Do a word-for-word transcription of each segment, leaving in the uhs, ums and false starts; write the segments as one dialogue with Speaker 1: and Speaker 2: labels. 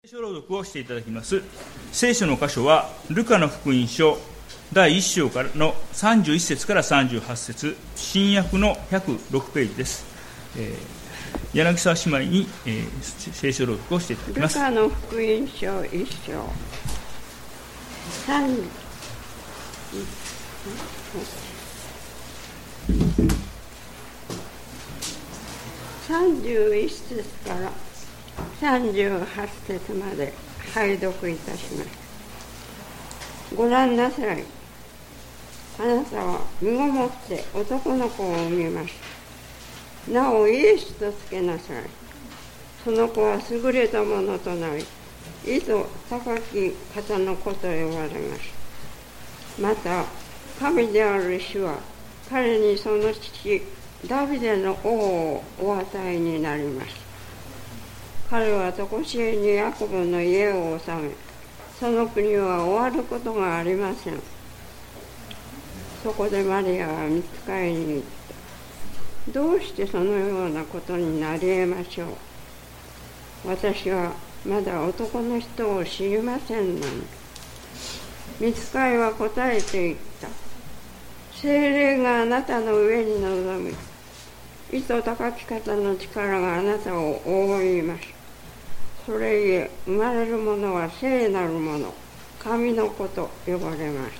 Speaker 1: 聖書朗読をしていただきます。聖書の箇所はルカの福音書だいいっ章からのさんじゅういっ節からさんじゅうはち節、新約のひゃくろくページです。えー、柳沢姉妹に、えー、聖書朗読をしていただきます。
Speaker 2: ルカの福音書いっ章さんさんじゅういっ節からさんじゅうはち節まで拝読いたします。ご覧なさい。あなたは身ごもって男の子を産みます。なおイエスとつけなさい。その子は優れたものとなり、いと高き方の子と呼ばれます。また神である主は彼にその父ダビデの王をお与えになります。彼はとこしえにヤコブの家を治め、その国は終わることがありません。そこでマリアは御使いに言った。どうしてそのようなことになり得ましょう。私はまだ男の人を知りませんのに。御使いは答えて言った。聖霊があなたの上に臨み、いと高き方の力があなたを覆います。それゆえ生まれるものは聖なるもの、神の子と呼ばれます。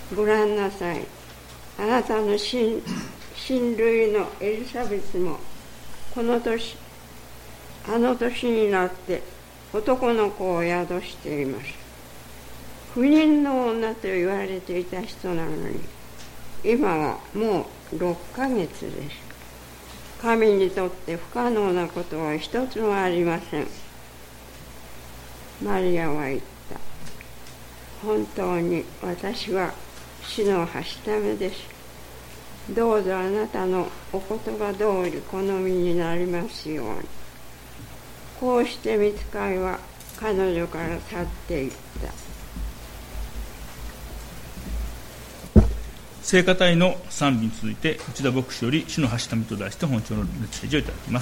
Speaker 2: ご覧なさい。あなたの親類のエリザベスもこの年あの年になって男の子を宿しています。不妊の女と言われていた人なのに、今はもうろっかげつです。神にとって不可能なことは一つもありません。マリアは言った。本当に私は主のはしためです。どうぞあなたのお言葉通り好みになりますように。こうして御使いは彼女から去っていった。
Speaker 1: 聖歌隊の賛美に続いて内田牧師より主のはしためと題して本庁のメッセージをいただきます。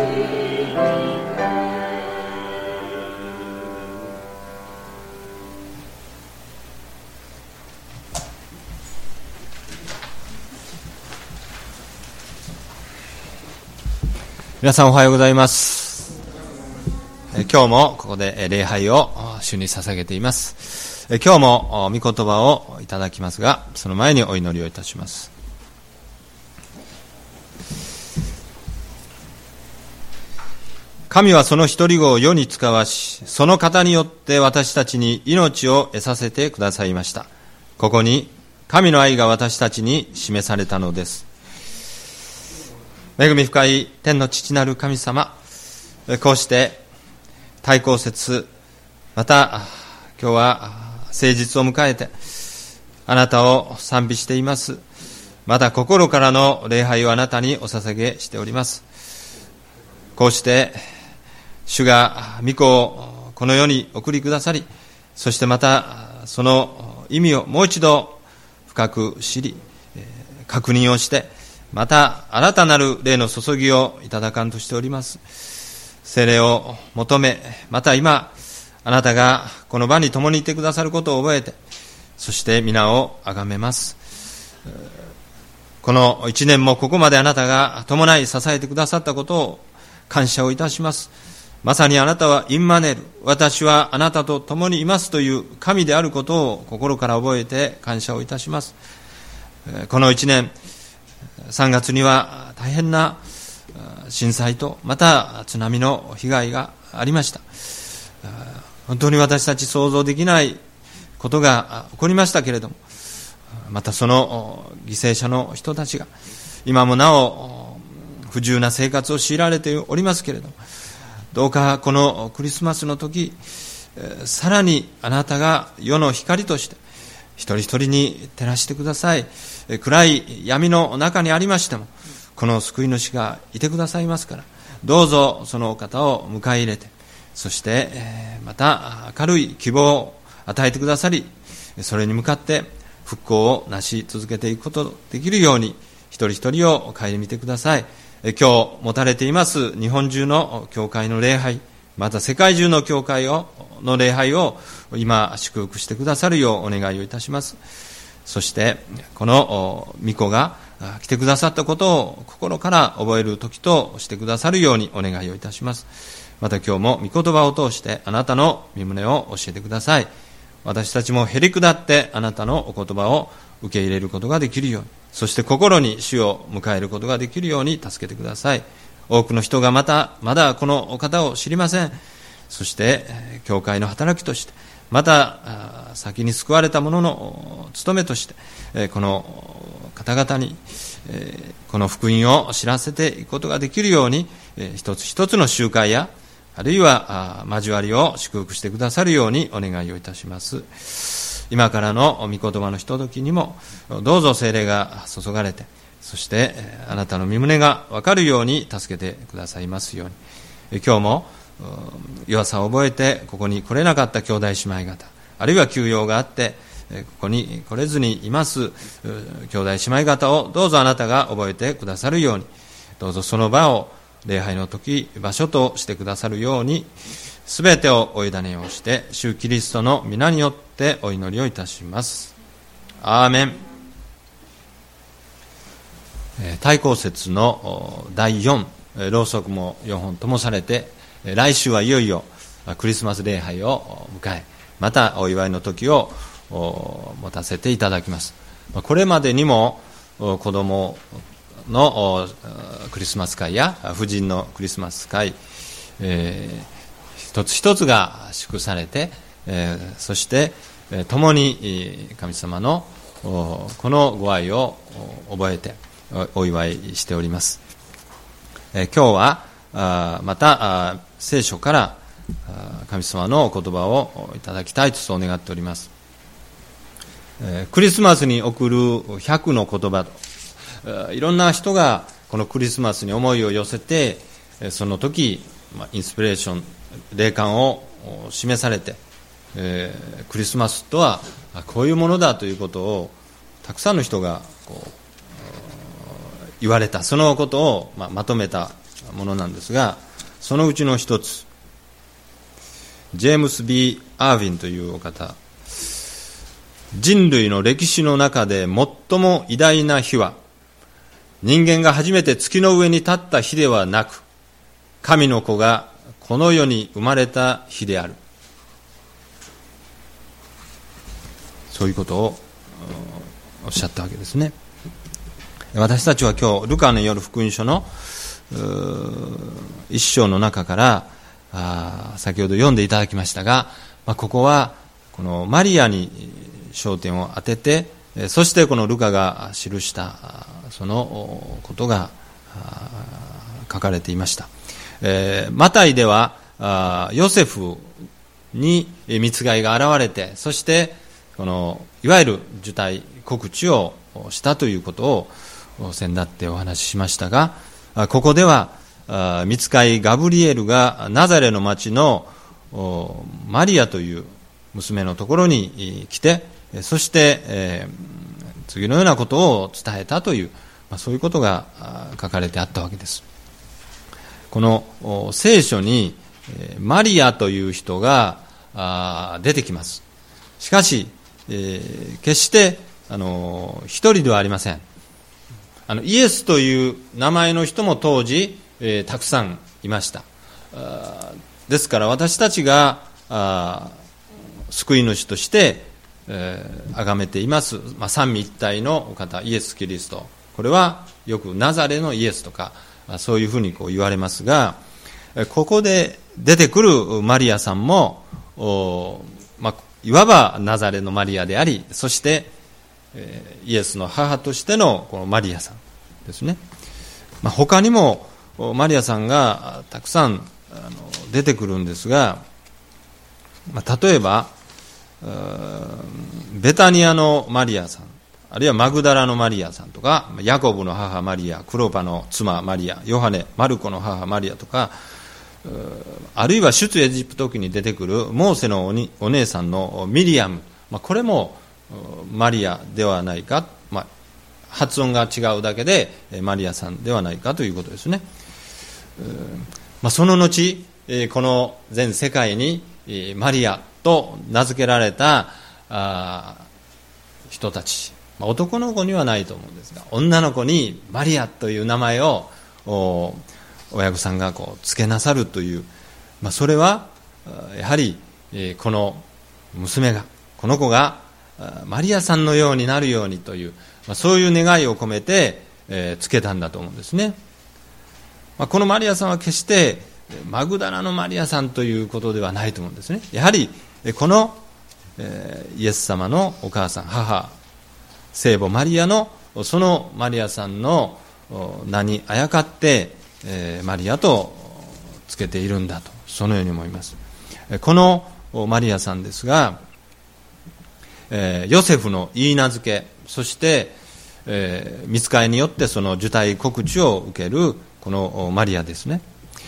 Speaker 3: 皆さんおはようございます。今日もここで礼拝を主に捧げています。今日も御言葉をいただきますが、その前にお祈りをいたします。神はその一人子を世に使わし、その方によって私たちに命を得させてくださいました。ここに神の愛が私たちに示されたのです。恵み深い天の父なる神様、こうして大公節、また今日は聖日を迎えてあなたを賛美しています。また心からの礼拝をあなたにお捧げしております。こうして主が御子をこの世に送りくださり、そしてまたその意味をもう一度深く知り確認をして、また新たなる霊の注ぎをいただかんとしております。聖霊を求め、また今あなたがこの場に共にいてくださることを覚えて、そして皆をあがめます。この一年もここまであなたが伴い支えてくださったことを感謝をいたします。まさにあなたはインマネル、私はあなたと共にいますという神であることを心から覚えて感謝をいたします。この一年さんがつには大変な震災とまた津波の被害がありました。本当に私たち想像できないことが起こりましたけれども、またその犠牲者の人たちが今もなお不自由な生活を強いられておりますけれども、どうかこのクリスマスの時、さらにあなたが世の光として一人一人に照らしてください。暗い闇の中にありましても、この救い主がいてくださいますから、どうぞそのお方を迎え入れて、そしてまた明るい希望を与えてくださり、それに向かって復興をなし続けていくことができるように、一人一人を顧みてください。今日持たれています日本中の教会の礼拝、また世界中の教会をの礼拝を今祝福してくださるようお願いをいたします。そしてこの御子が来てくださったことを心から覚える時としてくださるようにお願いをいたします。また今日も御言葉を通してあなたの御胸を教えてください。私たちもへり下ってあなたのお言葉を受け入れることができるように、そして心に主を迎えることができるように助けてください。多くの人がまたまだこのお方を知りません。そして教会の働きとして、また先に救われた者の務めとして、この方々にこの福音を知らせていくことができるように、一つ一つの集会やあるいは交わりを祝福してくださるようにお願いをいたします。今からの御言葉のひとときにもどうぞ聖霊が注がれて、そしてあなたの御胸が分かるように助けてくださいますように。今日も弱さを覚えてここに来れなかった兄弟姉妹方、あるいは休養があってここに来れずにいます兄弟姉妹方をどうぞあなたが覚えてくださるように、どうぞその場を礼拝の時場所としてくださるように、すべてをお委ねをして主キリストの皆によってお祈りをいたします。アーメン。大公節のだいよん、ろうそくもよんほん灯されて、来週はいよいよクリスマス礼拝を迎え、またお祝いの時を持たせていただきます。これまでにも子供のクリスマス会や婦人のクリスマス会、えー、一つ一つが祝されて、えー、そして共に神様のこのご愛を覚えてお祝いしております。えー、今日はあまた聖書から神様のお言葉をいただきたいとそう願っております。えー、クリスマスに送るひゃくの言葉と、いろんな人がこのクリスマスに思いを寄せて、その時インスピレーション、霊感を示されて、えー、クリスマスとはこういうものだということをたくさんの人がこう言われた、そのことをまとめたものなんですが、そのうちの一つ、ジェームス・ビー・アーヴィンというお方、人類の歴史の中で最も偉大な日は、人間が初めて月の上に立った日ではなく、神の子がこの世に生まれた日である。そういうことをおっしゃったわけですね。私たちは今日、ルカのよる福音書の一章の中から、あ先ほど読んでいただきましたが、まあ、ここはこのマリアに焦点を当てて、そしてこのルカが記したそのことが書かれていました。えー、マタイではヨセフに御使いが現れて、そしてこのいわゆる受胎告知をしたということを先だってお話ししましたが、ここでは御使いガブリエルがナザレの町のマリアという娘のところに来て、そして、えー、次のようなことを伝えたという、まあ、そういうことが書かれてあったわけです。この聖書にマリアという人が出てきます。しかし、えー、決してあの一人ではありません。あのイエスという名前の人も当時、えー、たくさんいました。ですから私たちが救い主として崇めています、まあ、三位一体のお方イエス・キリスト、これはよくナザレのイエスとかそういうふうにこう言われますが、ここで出てくるマリアさんも、まあ、いわばナザレのマリアであり、そしてイエスの母としてのこのマリアさんですね。まあ、他にもマリアさんがたくさんあの出てくるんですが、まあ、例えばベタニアのマリアさん、あるいはマグダラのマリアさんとか、ヤコブの母マリア、クロパの妻マリア、ヨハネ、マルコの母マリアとか、あるいは出エジプト記に出てくるモーセの お, お姉さんのミリアム、まあ、これもマリアではないか、まあ、発音が違うだけでマリアさんではないかということですね。まあ、その後この全世界にマリアと名付けられた人たち、まあ、男の子にはないと思うんですが、女の子にマリアという名前を親御さんがこう付けなさるという、まあ、それはやはりこの娘が、この子がマリアさんのようになるようにという、まあ、そういう願いを込めて付けたんだと思うんですね。まあ、このマリアさんは決してマグダラのマリアさんということではないと思うんですね。やはりこのイエス様のお母さん、母聖母マリアのそのマリアさんの名にあやかってマリアとつけているんだと、そのように思います。このマリアさんですが、ヨセフの言い名付け、そして御使いによってその受胎告知を受けるこのマリアですね。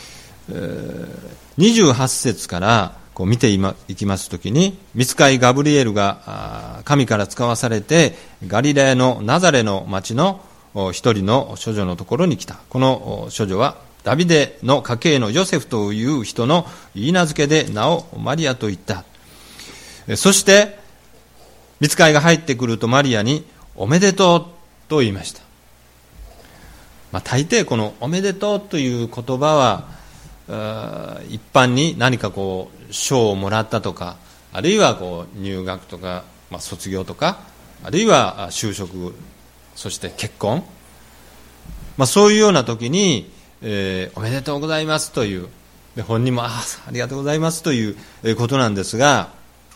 Speaker 3: にじゅうはち節からこう見ていきますときに、御使いガブリエルが神から使わされてガリラヤのナザレの町の一人の処女のところに来た。この処女はダビデの家系のヨセフという人の言い名付けで名をマリアと言った。そして御使いが入ってくるとマリアにおめでとうと言いました。まあ、大抵このおめでとうという言葉は一般に何かこう賞をもらったとか、あるいはこう入学とか、まあ、卒業とか、あるいは就職、そして結婚、まあ、そういうような時に、えー、おめでとうございますという、で本人も あ, ありがとうございますということなんですが、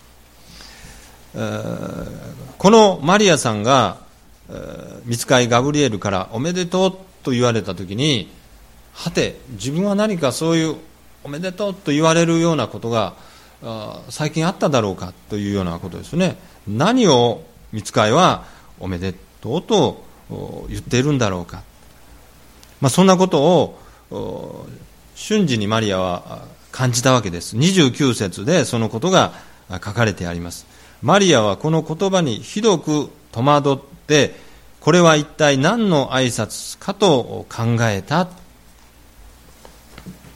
Speaker 3: このマリアさんが御使いガブリエルからおめでとうと言われた時に、はて自分は何かそういうおめでとうと言われるようなことが最近あっただろうかというようなことですね。何を御使いはおめでとうと言っているんだろうか、まあ、そんなことを瞬時にマリアは感じたわけです。にじゅうきゅう節でそのことが書かれてあります。マリアはこの言葉にひどく戸惑って、これは一体何の挨拶かと考えた。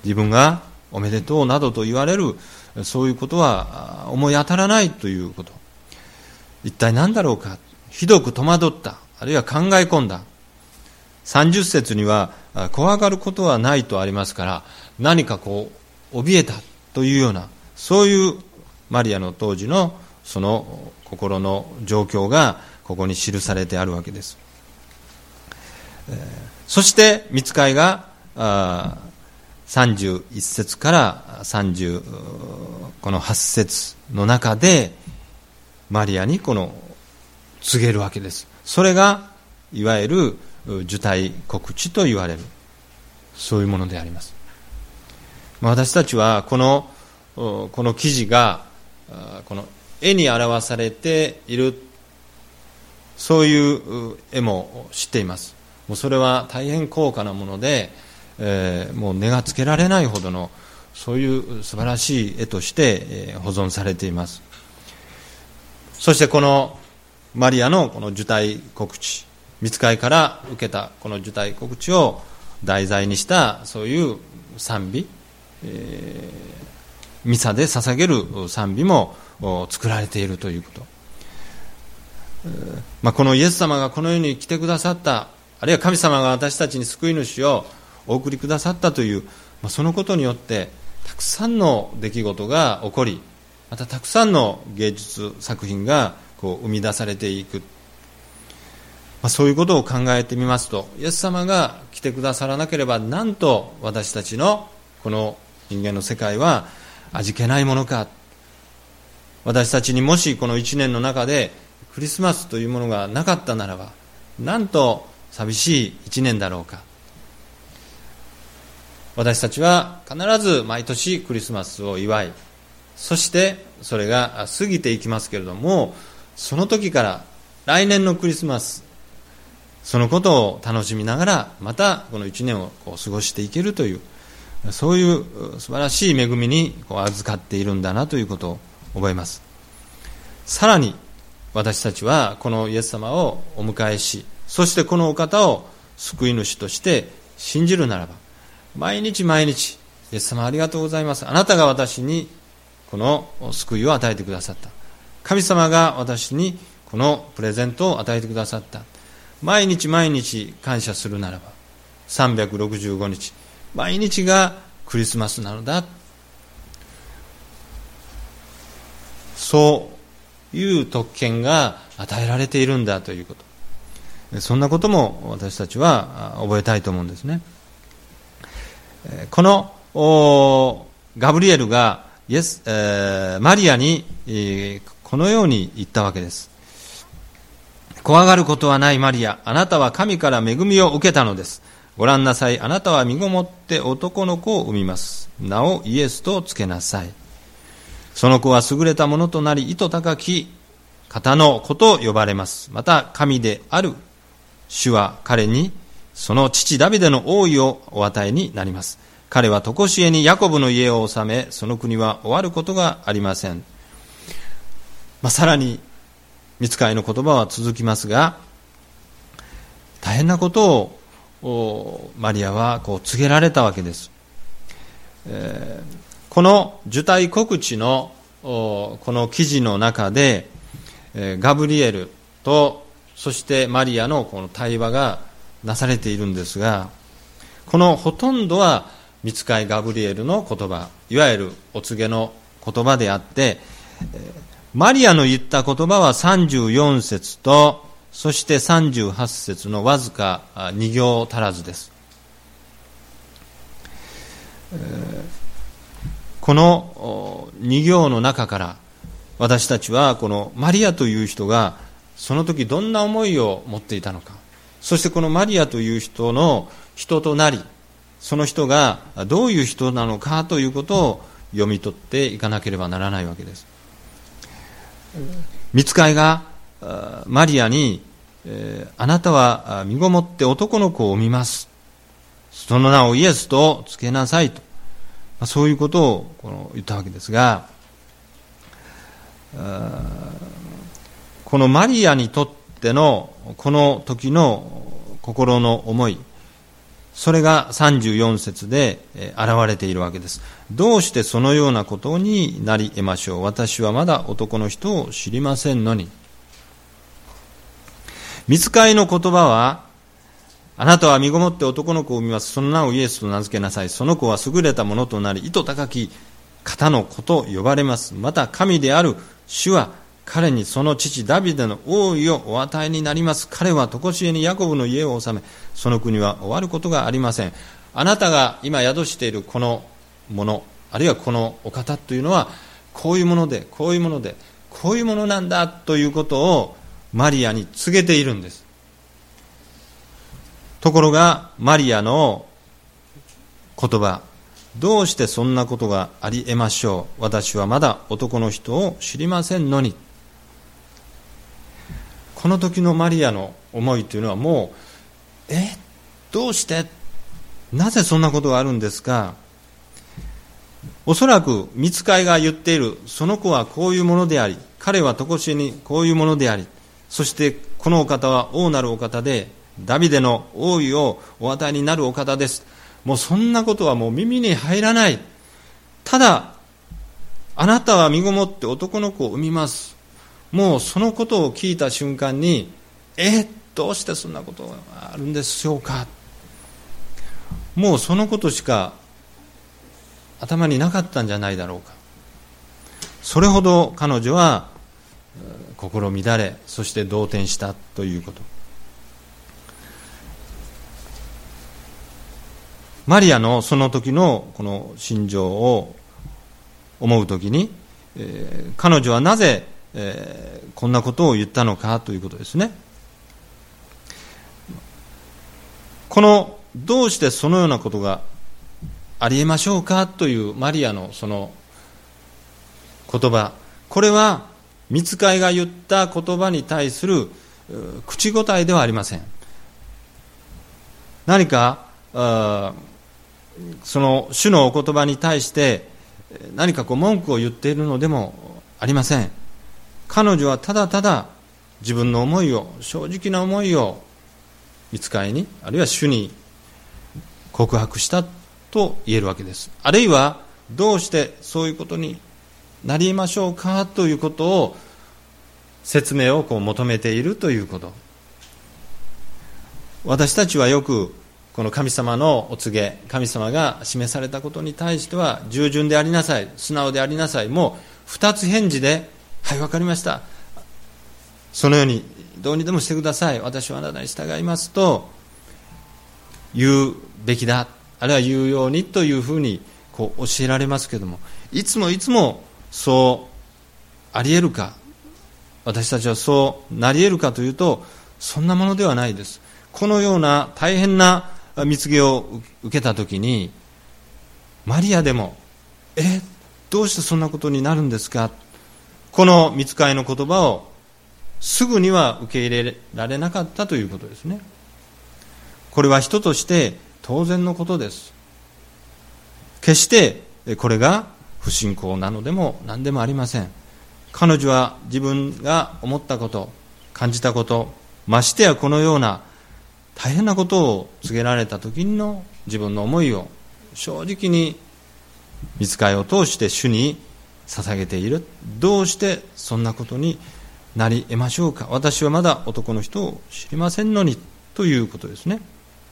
Speaker 3: 自分がおめでとうなどと言われる、そういうことは思い当たらないということ。一体何だろうか。ひどく戸惑った。あるいは考え込んだ。さんじゅっ節には怖がることはないとありますから、何かこう怯えたというような、そういうマリアの当時のその心の状況がここに記されてあるわけです。えー、そして御使いがあさんじゅういち節からさんじゅうこのはち節の中でマリアにこの告げるわけです。それがいわゆる受胎告知と言われる、そういうものであります。私たちはこのこの記事がこの絵に表されている、そういう絵も知っています。もうそれは大変高価なもので、えー、もう値がつけられないほどのそういう素晴らしい絵として、えー、保存されています。そしてこのマリアのこの受胎告知、御使いから受けたこの受胎告知を題材にしたそういう賛美、えー、ミサで捧げる賛美も作られているということ、えーまあ、このイエス様がこの世に来てくださった、あるいは神様が私たちに救い主をお送りくださったという、まあ、そのことによってたくさんの出来事が起こり、またたくさんの芸術作品がこう生み出されていく、まあ、そういうことを考えてみますと、イエス様が来てくださらなければ、なんと私たちのこの人間の世界は味気ないものか。私たちにもしこの一年の中でクリスマスというものがなかったならば、なんと寂しい一年だろうか。私たちは必ず毎年クリスマスを祝い、そしてそれが過ぎていきますけれども、その時から来年のクリスマス、そのことを楽しみながらまたこの一年をこう過ごしていけるという、そういう素晴らしい恵みにこう預かっているんだなということを覚えます。さらに私たちはこのイエス様をお迎えし、そしてこのお方を救い主として信じるならば、毎日毎日イエス様ありがとうございます、あなたが私にこの救いを与えてくださった、神様が私にこのプレゼントを与えてくださった、毎日毎日感謝するならばさんびゃくろくじゅうごにち毎日がクリスマスなのだ、そういう特権が与えられているんだということ、そんなことも私たちは覚えたいと思うんですね。このガブリエルがイエス、えー、マリアに、えー、このように言ったわけです。怖がることはないマリア、あなたは神から恵みを受けたのです。ご覧なさい、あなたは身ごもって男の子を産みます。名をイエスとつけなさい。その子は優れたものとなり、意図高き方の子と呼ばれます。また神である主は彼にその父ダビデの王位をお与えになります。彼は常しえにヤコブの家を治め、その国は終わることがありません。まあ、さらに御使いの言葉は続きますが、大変なことをマリアはこう告げられたわけです。えー、この受胎告知のこの記事の中で、えー、ガブリエルとそしてマリアのこの対話がなされているんですが、このほとんどは御使いガブリエルの言葉、いわゆるお告げの言葉であって、マリアの言った言葉はさんじゅうよん節と、そしてさんじゅうはち節のわずかに行足らずです。このに行の中から私たちはこのマリアという人がその時どんな思いを持っていたのか、そしてこのマリアという人の人となり、その人がどういう人なのかということを読み取っていかなければならないわけです。御使いがマリアに、えー、あなたは身ごもって男の子を産みます、その名をイエスとつけなさいと、そういうことをこの言ったわけですが、このマリアにとってのこの時の心の思い、 それがさんじゅうよん節で現れているわけです。どうしてそのようなことになり得ましょう。私はまだ男の人を知りませんのに。御使いの言葉は、あなたは身ごもって男の子を産みます。その名をイエスと名付けなさい。その子は優れたものとなり、糸高き方の子と呼ばれます。また神である主は彼にその父ダビデの王位をお与えになります。彼は常しえにヤコブの家を治め、その国は終わることがありません。あなたが今宿しているこのもの、あるいはこのお方というのは、こういうもので、こういうもので、こういうものなんだということをマリアに告げているんです。ところがマリアの言葉、どうしてそんなことがあり得ましょう。私はまだ男の人を知りませんのに。この時のマリアの思いというのはもう、え、どうして、なぜそんなことがあるんですか。おそらく御使いが言っている、その子はこういうものであり、彼は常しえにこういうものであり、そしてこのお方は王なるお方で、ダビデの王位をお与えになるお方です。もうそんなことはもう耳に入らない。ただ、あなたは身ごもって男の子を産みます。もうそのことを聞いた瞬間に、え、どうしてそんなことがあるんでしょうか。もうそのことしか頭になかったんじゃないだろうか。それほど彼女は心乱れ、そして動転したということ。マリアのその時のこの心情を思うときに、えー、彼女はなぜ、えー、こんなことを言ったのかということですね。このどうしてそのようなことがありえましょうかというマリアのその言葉、これは御使いが言った言葉に対する口答えではありません。何かあその主のお言葉に対して何かこう文句を言っているのでもありません。彼女はただただ自分の思いを、正直な思いを御使いに、あるいは主に告白したと言えるわけです。あるいはどうしてそういうことになりましょうかということを説明をこう求めているということ。私たちはよくこの神様のお告げ、神様が示されたことに対しては従順でありなさい、素直でありなさい、もう二つ返事で、はい、わかりました、そのようにどうにでもしてください、私はあなたに従いますと言うべきだ、あるいは言うようにというふうにこう教えられますけれども、いつもいつもそうあり得るか、私たちはそうなり得るかというと、そんなものではないです。このような大変な蜜毛を受けたときに、マリアでも、え、どうしてそんなことになるんですか、この御使いの言葉をすぐには受け入れられなかったということですね。これは人として当然のことです。決してこれが不信仰なのでも何でもありません。彼女は自分が思ったこと、感じたこと、ましてやこのような大変なことを告げられた時の自分の思いを正直に御使いを通して主に捧げている。どうしてそんなことになり得ましょうか。私はまだ男の人を知りませんのにということですね。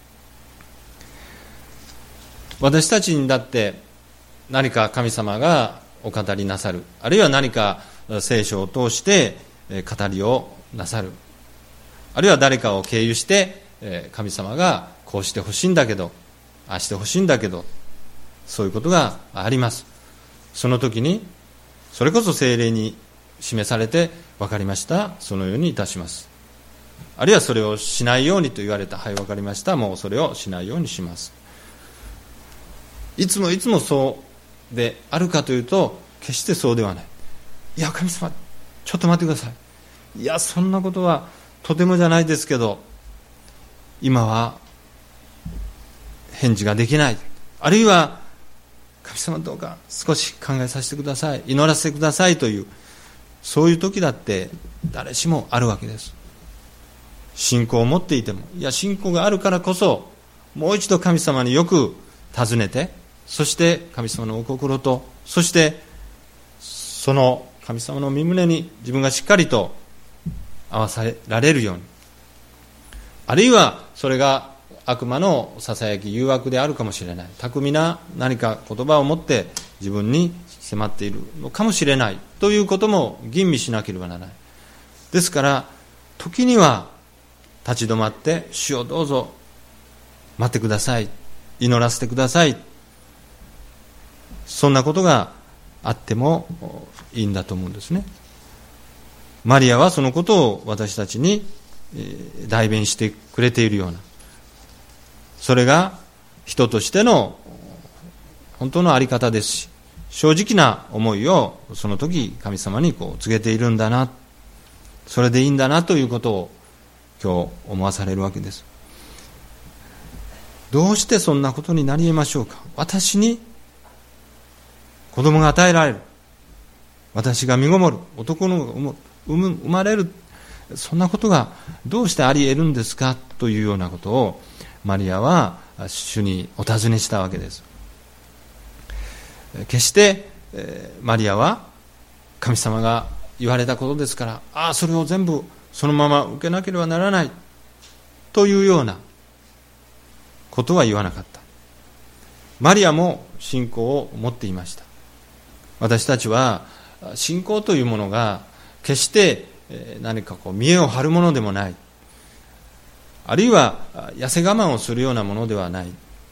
Speaker 3: 私たちにだって何か神様がお語りなさる、あるいは何か聖書を通して語りをなさる、あるいは誰かを経由して神様がこうしてほしいんだけど、ああしてほしいんだけど、そういうことがあります。その時にそれこそ聖霊に示されて、分かりました、そのようにいたします、あるいはそれをしないようにと言われた、はい、分かりました、もうそれをしないようにします。いつもいつもそうであるかというと、決してそうではない。いや神様、ちょっと待ってください、いやそんなことはとてもじゃないですけど今は返事ができない、あるいは神様どうか少し考えさせてください、祈らせてくださいという、そういう時だって誰しもあるわけです。信仰を持っていても、いや信仰があるからこそもう一度神様によく尋ねて、そして神様のお心と、そしてその神様の御胸に自分がしっかりと合わせられるように、あるいはそれが悪魔のささやき誘惑であるかもしれない、巧みな何か言葉を持って自分に迫っているのかもしれないということも吟味しなければならない。ですから時には立ち止まって、主をどうぞ待ってください、祈らせてください、そんなことがあってもいいんだと思うんですね。マリアはそのことを私たちに代弁してくれているような、それが人としての本当の在り方ですし、正直な思いをその時神様にこう告げているんだな、それでいいんだなということを今日思わされるわけです。どうしてそんなことになり得ましょうか。私に子供が与えられる、私が身ごもる、男の子が生まれる、そんなことがどうしてあり得るんですかというようなことをマリアは主にお尋ねしたわけです。決してマリアは神様が言われたことですから、ああそれを全部そのまま受けなければならないというようなことは言わなかった。マリアも信仰を持っていました。私たちは信仰というものが決して何かこう見栄を張るものでもない、あるいは痩せ我慢をするようなものではない、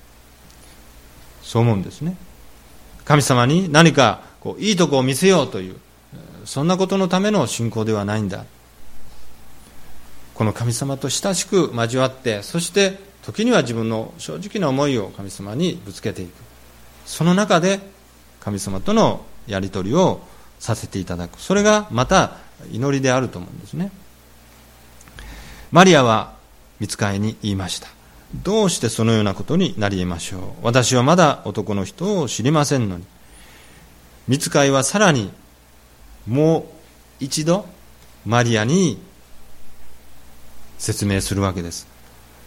Speaker 3: そう思うんですね。神様に何かこういいとこを見せようという、そんなことのための信仰ではないんだ。この神様と親しく交わって、そして時には自分の正直な思いを神様にぶつけていく、その中で神様とのやり取りをさせていただく、それがまた祈りであると思うんですね。マリアは御使いに言いました。どうしてそのようなことになり得ましょう。私はまだ男の人を知りませんのに。御使いはさらにもう一度マリアに説明するわけです。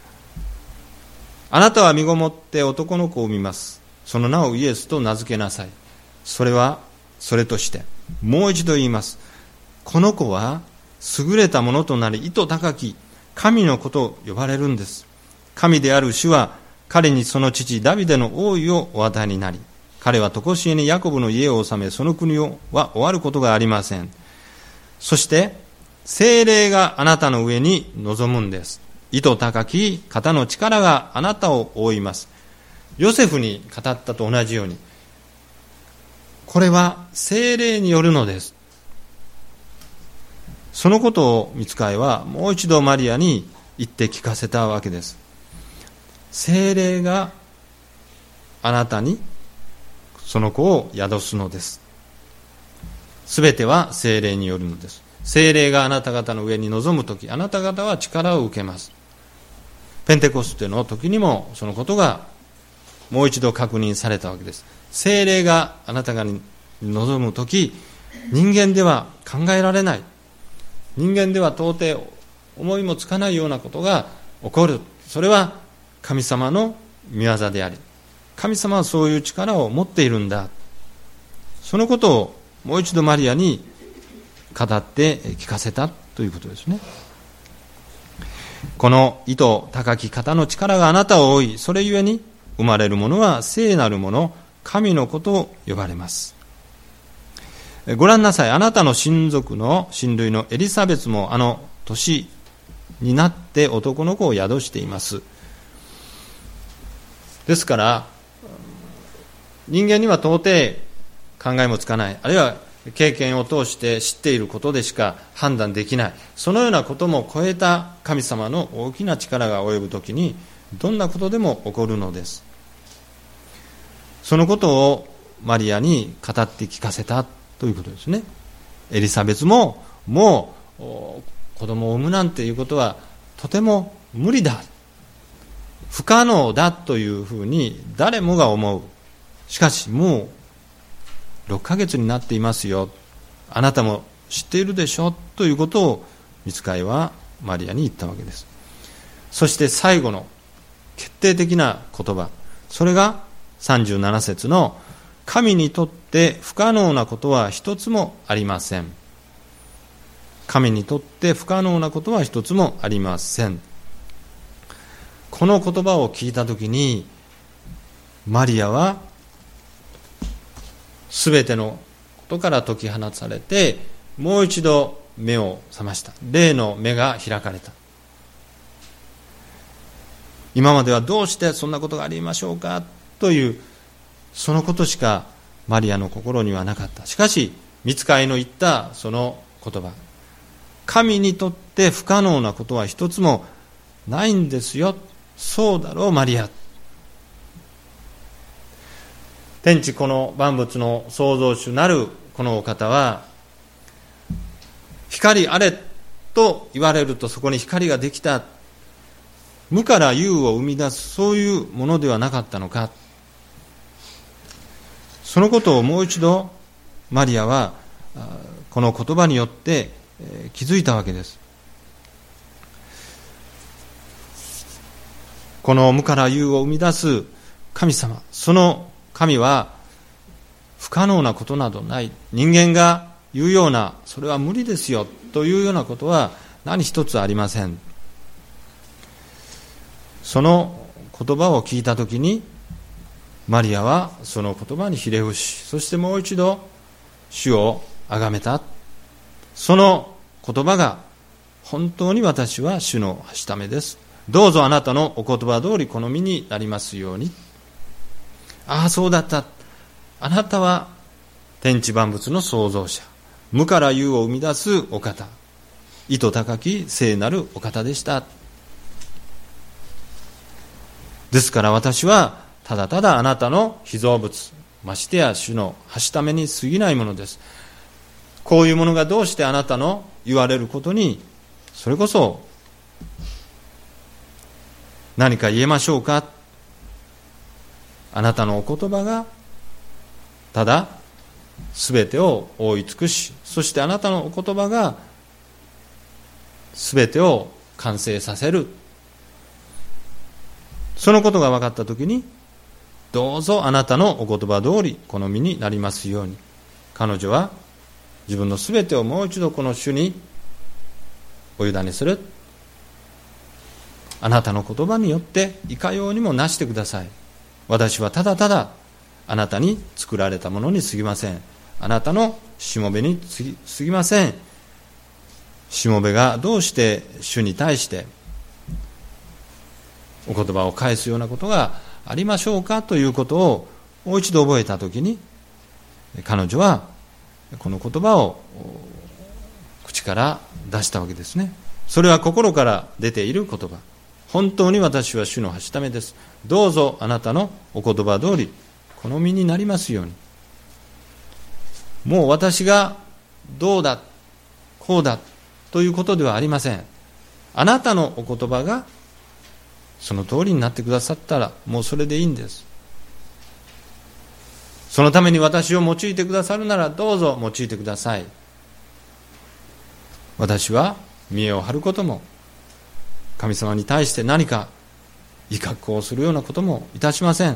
Speaker 3: あなたは身ごもって男の子を産みます。その名をイエスと名付けなさい。それはそれとしてもう一度言います。この子は優れたものとなり、意図高き神の子と呼ばれるんです。神である主は彼にその父ダビデの王位をお与えになり、彼は常しえにヤコブの家を治め、その国は終わることがありません。そして聖霊があなたの上に臨むんです。意図高き方の力があなたを覆います。ヨセフに語ったと同じように、これは聖霊によるのです。そのことを御使いはもう一度マリアに言って聞かせたわけです。聖霊があなたにその子を宿すのです。すべては聖霊によるのです。聖霊があなた方の上に臨むとき、あなた方は力を受けます。ペンテコステの時にもそのことがもう一度確認されたわけです。聖霊があなた方に臨むとき、人間では考えられない、人間では到底思いもつかないようなことが起こる。それは神様の御業であり、神様はそういう力を持っているんだ。そのことをもう一度マリアに語って聞かせたということですね。この意図高き方の力があなたを覆い、それゆえに生まれるものは聖なるもの、神の子と呼ばれます。ご覧なさい。あなたの親族の親類のエリザベスもあの年になって男の子を宿しています。ですから人間には到底考えもつかない、あるいは経験を通して知っていることでしか判断できない、そのようなことも超えた神様の大きな力が及ぶときにどんなことでも起こるのです。そのことをマリアに語って聞かせたということですね。エリザベスももう子供を産むなんていうことはとても無理だ、不可能だというふうに誰もが思う。しかしもうろっかげつになっていますよ、あなたも知っているでしょということを御使いはマリアに言ったわけです。そして最後の決定的な言葉、それがさんじゅうなな節の神にとって不可能なことは一つもありません。神にとって不可能なことは一つもありません。この言葉を聞いたときに、マリアはすべてのことから解き放たれて、もう一度目を覚ました。霊の目が開かれた。今まではどうしてそんなことがありましょうかという、そのことしかマリアの心にはなかった。しかし、御使いの言ったその言葉、神にとって不可能なことは一つもないんですよ。そうだろうマリア。天地この万物の創造主なるこのお方は、光あれと言われるとそこに光ができた。無から有を生み出す、そういうものではなかったのか。そのことをもう一度マリアはこの言葉によって気づいたわけです。この無から有を生み出す神様、その神は不可能なことなどない。人間が言うような、それは無理ですよというようなことは何一つありません。その言葉を聞いたときに、マリアはその言葉にひれ伏し、そしてもう一度主を崇めた。その言葉が、本当に私は主のはしためです。どうぞあなたのお言葉通り好みになりますように。ああ、そうだった。あなたは天地万物の創造者、無から有を生み出すお方、意図高き聖なるお方でした。ですから私はただただあなたの被造物、ましてや主のはしために過ぎないものです。こういうものがどうしてあなたの言われることに、それこそ何か言えましょうか。あなたのお言葉がただすべてを覆い尽くし、そしてあなたのお言葉がすべてを完成させる。そのことが分かったときに、どうぞあなたのお言葉通り好みになりますように。彼女は自分のすべてをもう一度この主にお委ねする。あなたの言葉によっていかようにもなしてください。私はただただあなたに作られたものに過ぎません。あなたのしもべに過ぎません。しもべがどうして主に対してお言葉を返すようなことがありましょうかということをもう一度覚えたときに、彼女はこの言葉を口から出したわけですね。それは心から出ている言葉。本当に私は主のはしためです。どうぞあなたのお言葉通り好みになりますように。もう私がどうだこうだということではありません。あなたのお言葉がその通りになってくださったらもうそれでいいんです。そのために私を用いてくださるならどうぞ用いてください。私は見栄を張ることも、神様に対して何か威嚇をするようなこともいたしません。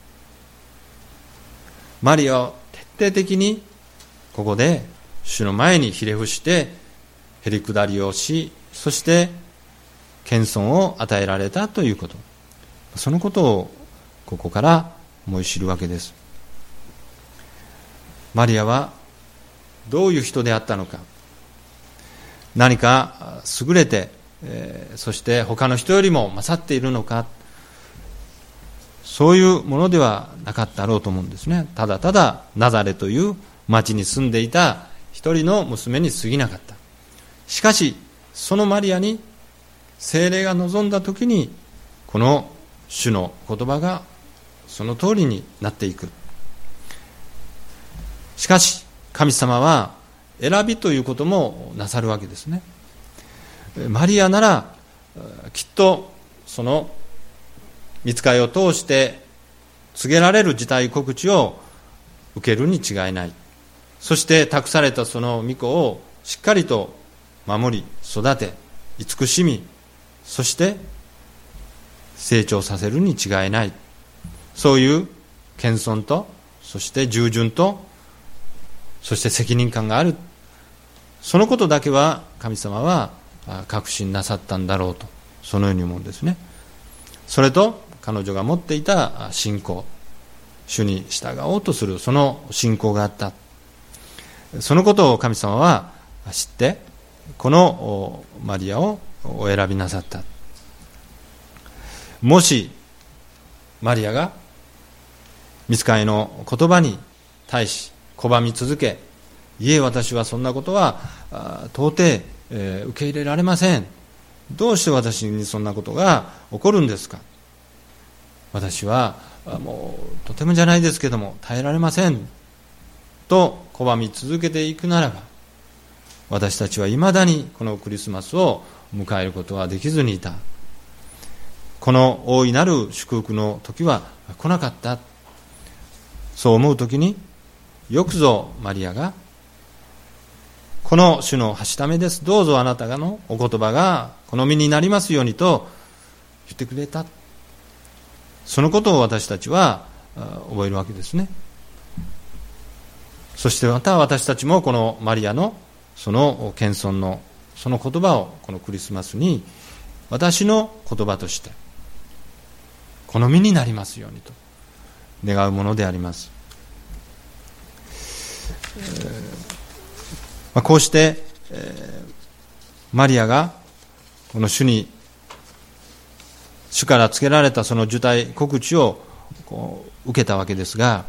Speaker 3: マリアを徹底的にここで主の前にひれ伏してへりくだりをし、そして謙遜を与えられたということ、そのことをここから思い知るわけです。マリアはどういう人であったのか。何か優れて、えー、そして他の人よりも勝っているのか。そういうものではなかったろうと思うんですね。ただただナザレという町に住んでいた一人の娘に過ぎなかった。しかしそのマリアに聖霊が望んだ時に、この主の言葉がその通りになっていく。しかし神様は選びということもなさるわけですね。マリアならきっとその御使いを通して告げられる事態告知を受けるに違いない。そして託されたその御子をしっかりと守り育て慈しみ、そして成長させるに違いない、そういう謙遜と、そして従順と、そして責任感がある、そのことだけは神様は確信なさったんだろうと、そのように思うんですね。それと彼女が持っていた信仰、主に従おうとするその信仰があった、そのことを神様は知ってこのマリアをお選びなさった。もしマリアが御使いの言葉に対し拒み続け、いえ私はそんなことは到底、えー、受け入れられません、どうして私にそんなことが起こるんですか、私はもうとてもじゃないですけども耐えられませんと拒み続けていくならば、私たちはいまだにこのクリスマスを迎えることはできずにいた。この大いなる祝福の時は来なかった。そう思う時によくぞマリアが、この主のはしためです、どうぞあなたのお言葉がこの身になりますようにと言ってくれた、そのことを私たちは覚えるわけですね。そしてまた私たちもこのマリアのその謙遜のその言葉をこのクリスマスに私の言葉としてこの身になりますようにと願うものであります。えーまあ、こうして、えー、マリアがこの主に主からつけられたその受胎告知をこう受けたわけですが、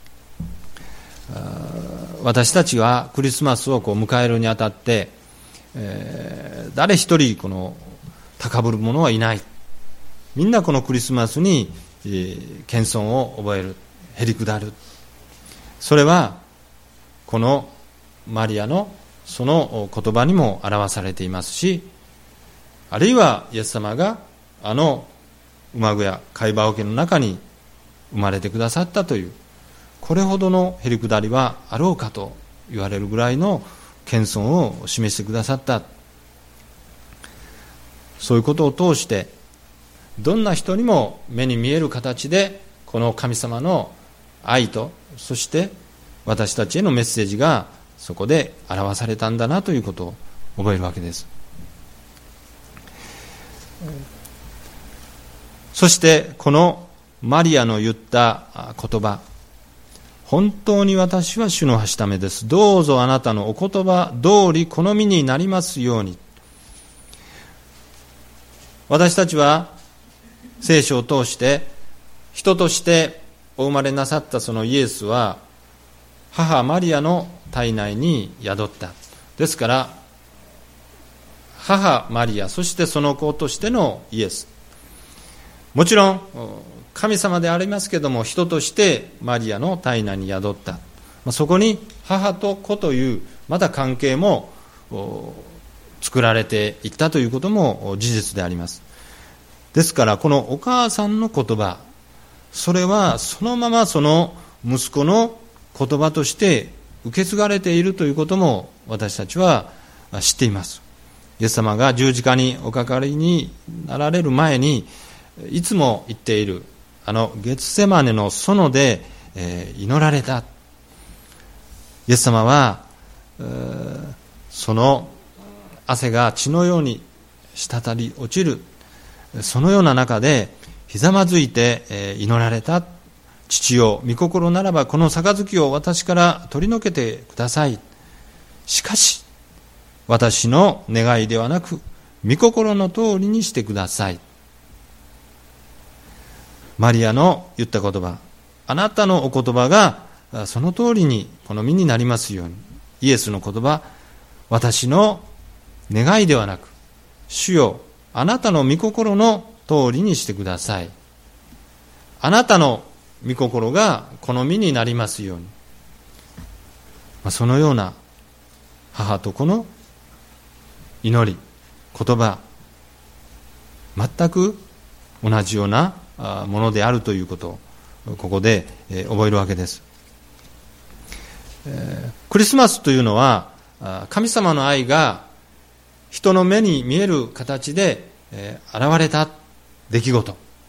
Speaker 3: 私たちはクリスマスをこう迎えるにあたって、えー、誰一人この高ぶる者はいない。みんなこのクリスマスに、えー、謙遜を覚える、へりくだる。それはこのマリアのその言葉にも表されていますし、あるいはイエス様があの馬小屋貝羽桶の中に生まれてくださったという、これほどのへりくだりはあろうかと言われるぐらいの謙遜を示してくださった。そういうことを通してどんな人にも目に見える形でこの神様の愛と、そして私たちへのメッセージがそこで表されたんだなということを覚えるわけです。そしてこのマリアの言った言葉、本当に私は主のはしためです、どうぞあなたのお言葉通り好みになりますように。私たちは聖書を通して人としてお生まれなさったそのイエスは母マリアの体内に宿った。ですから母マリア、そしてその子としてのイエス、もちろん神様でありますけれども人としてマリアの体内に宿った。そこに母と子というまた関係も作られていったということも事実であります。ですからこのお母さんの言葉、それはそのままその息子の言葉として受け継がれているということも私たちは知っています。イエス様が十字架におかかりになられる前にいつも言っているあのゲツセマネの園で、えー、祈られた。イエス様は、えー、その汗が血のように滴り落ちる、そのような中でひざまずいて、えー、祈られた。父よ、御心ならばこの杯を私から取り除けてください。しかし私の願いではなく御心の通りにしてください。マリアの言った言葉、あなたのお言葉がその通りにこの身になりますように。イエスの言葉、私の願いではなく主よ、あなたの御心の通りにしてください。あなたの御心がこの身になりますように。まあ、そのような母と子の祈り、言葉、全く同じようなものであるということをここで覚えるわけです。クリスマスというのは神様の愛が人の目に見える形で現れた出来事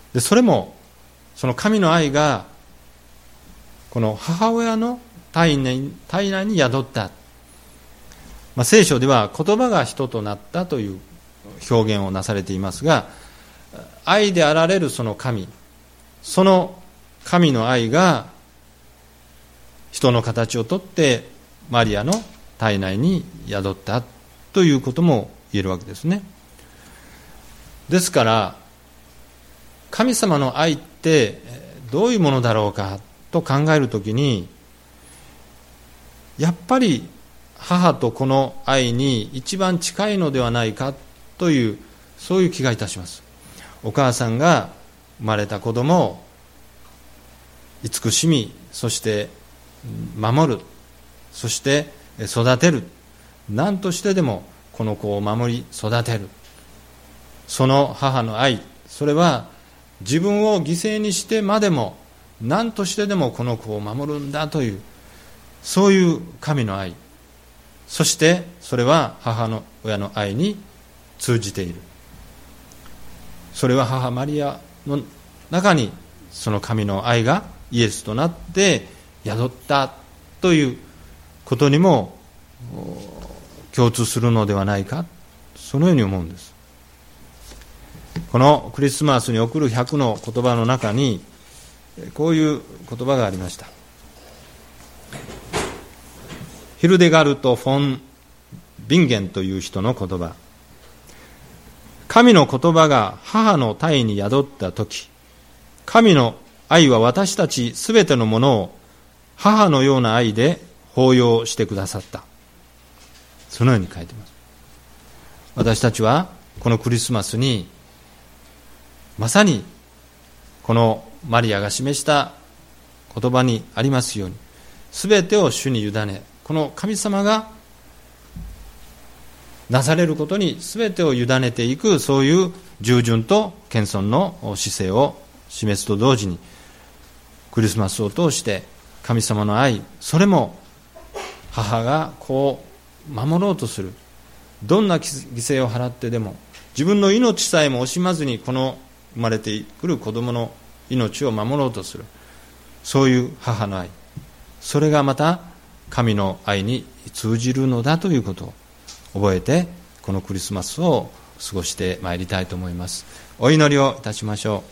Speaker 3: でそれもその神の愛がこの母親の体内、体内に宿った、まあ、聖書では言葉が人となったという表現をなされていますが、愛であられるその神、その神の愛が人の形をとってマリアの体内に宿ったということも言えるわけですね。ですから神様の愛ってどういうものだろうかと考えるときに、やっぱり母と子の愛に一番近いのではないかという、そういう気がいたします。お母さんが生まれた子供を慈しみ、そして守る、そして育てる、何としてでもこの子を守り育てる、その母の愛、それは自分を犠牲にしてまでも何としてでもこの子を守るんだという、そういう神の愛、そしてそれは母の親の愛に通じている。それは母マリアの中にその神の愛がイエスとなって宿ったということにも共通するのではないか、そのように思うんです。このクリスマスに送る百の言葉の中にこういう言葉がありました。ヒルデガルト・フォン・ビンゲンという人の言葉。神の言葉が母の体に宿ったとき、神の愛は私たちすべてのものを母のような愛で包容してくださった。そのように書いています。私たちはこのクリスマスにまさにこのマリアが示した言葉にありますように、すべてを主に委ね、この神様がなされることにすべてを委ねていく、そういう従順と謙遜の姿勢を示すと同時に、クリスマスを通して神様の愛、それも母がこう守ろうとする、どんな犠牲を払ってでも自分の命さえも惜しまずにこの生まれてくる子供の命を守ろうとする、そういう母の愛、それがまた神の愛に通じるのだということを覚えて、このクリスマスを過ごしてまいりたいと思います。お祈りをいたしましょう。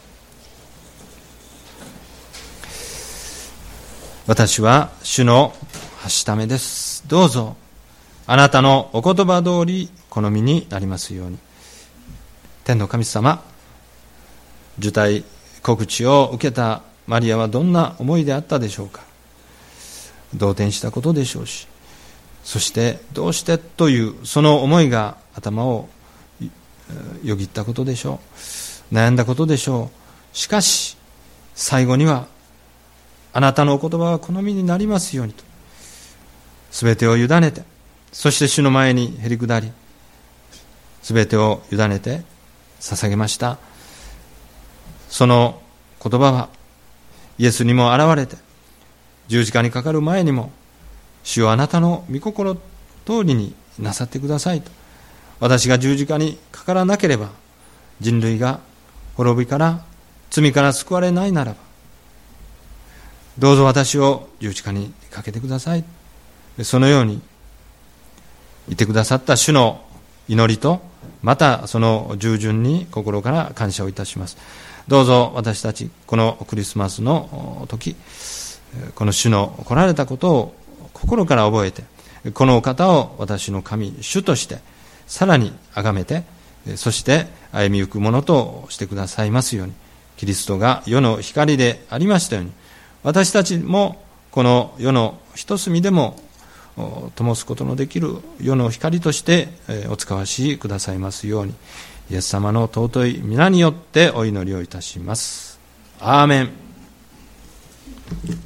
Speaker 3: 私は主のはしためです。どうぞあなたのお言葉通り好みになりますように。天の神様、受胎告知を受けたマリアはどんな思いであったでしょうか。動転したことでしょうし、そしてどうしてというその思いが頭をよぎったことでしょう。悩んだことでしょう。しかし最後にはあなたのお言葉が好みになりますようにと、すべてを委ねて、そして主の前にへり下り、すべてを委ねて捧げました。その言葉はイエスにも現れて、十字架にかかる前にも、主よあなたの御心通りになさってくださいと。私が十字架にかからなければ人類が滅びから罪から救われないならば、どうぞ私を十字架にかけてください。そのようにいてくださった主の祈りと、またその従順に心から感謝をいたします。どうぞ私たちこのクリスマスの時、この主の来られたことを心から覚えて、このお方を私の神主としてさらに崇めて、そして歩みゆくものとしてくださいますように。キリストが世の光でありましたように、私たちもこの世の一隅でも灯すことのできる世の光としてお使わしくださいますように、イエス様の尊い皆によってお祈りをいたします。アーメン。